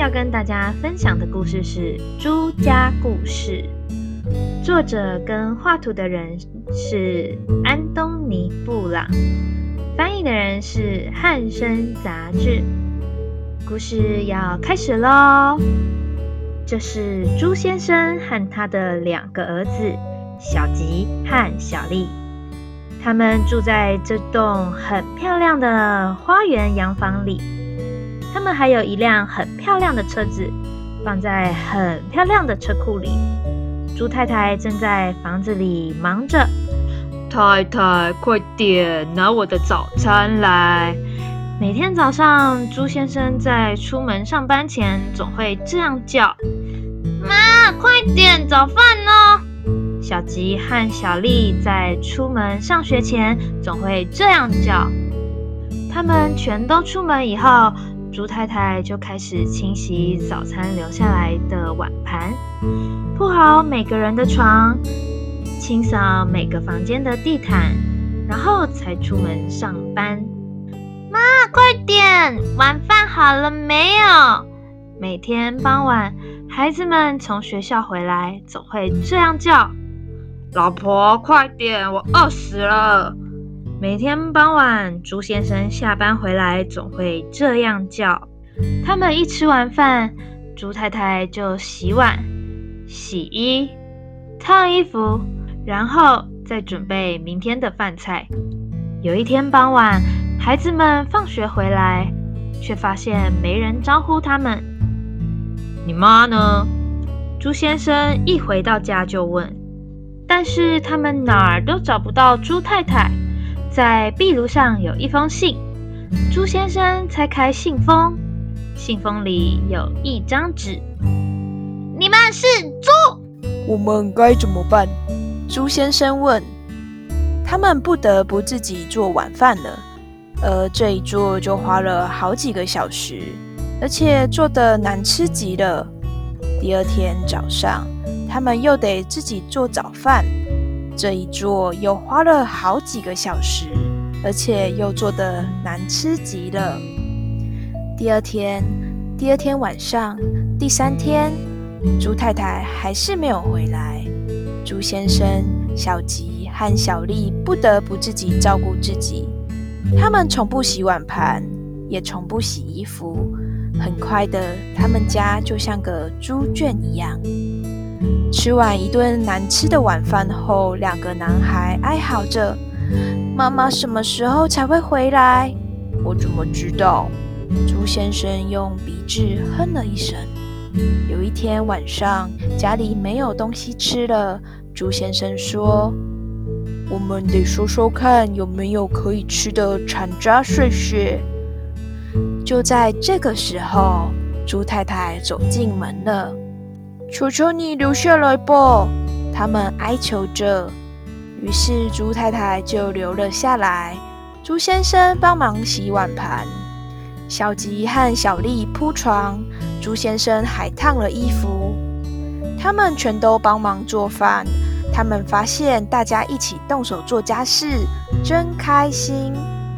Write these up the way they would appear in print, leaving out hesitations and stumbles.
要跟大家分享的故事是《猪家故事》，作者跟画图的人是安东尼·布朗，翻译的人是汉声杂志。故事要开始咯。这是猪先生和他的2个儿子小吉和小丽，他们住在这栋很漂亮的花园洋房里。他们还有一辆很漂亮的车子，放在很漂亮的车库里。猪太太正在房子里忙着。 太太，快点拿我的早餐来。 每天早上，猪先生在出门上班前总会这样叫：妈，快点，早饭哦！小吉和小丽在出门上学前总会这样叫。他们全都出门以后，猪太太就开始清洗早餐留下来的碗盘，铺好每个人的床，清扫每个房间的地毯，然后才出门上班。妈，快点，晚饭好了没有？每天傍晚，孩子们从学校回来总会这样叫： 老婆，快点，我饿死了。 每天傍晚，猪先生下班回来总会这样叫。他们一吃完饭，猪太太就洗碗、洗衣、烫衣服，然后再准备明天的饭菜。有一天傍晚，孩子们放学回来，却发现没人招呼他们。 你妈呢？ 猪先生一回到家就问，但是他们哪儿都找不到猪太太。在壁炉上有一封信，猪先生拆开信封，信封里有一张纸。你们是猪？ 我们该怎么办？猪先生问。他们不得不自己做晚饭了，而这一做就花了好几个小时，而且做得难吃极了。第二天早上，他们又得自己做早饭，这一做又花了好几个小时，而且又做得难吃极了。第二天晚上，第3天，猪太太还是没有回来。猪先生、小吉和小丽不得不自己照顾自己。他们从不洗碗盘，也从不洗衣服。很快的，他们家就像个猪圈一样。吃完一顿难吃的晚饭后，2个男孩哀嚎着：妈妈什么时候才会回来？我怎么知道？猪先生用鼻子哼了一声。有一天晚上，家里没有东西吃了，猪先生说：我们得说说看有没有可以吃的残渣碎屑。就在这个时候，猪太太走进门了。求求你留下来吧，他们哀求着。于是猪太太就留了下来。猪先生帮忙洗碗盘，小吉和小丽铺床，猪先生还烫了衣服。他们全都帮忙做饭。他们发现大家一起动手做家事，真开心。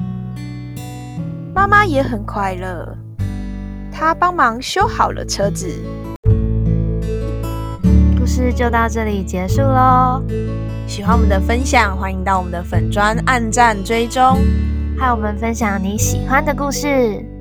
妈妈也很快乐，她帮忙修好了车子。 故事就到这里结束咯。 喜欢我们的分享，欢迎到我们的粉专按赞追踪， 和我们分享你喜欢的故事。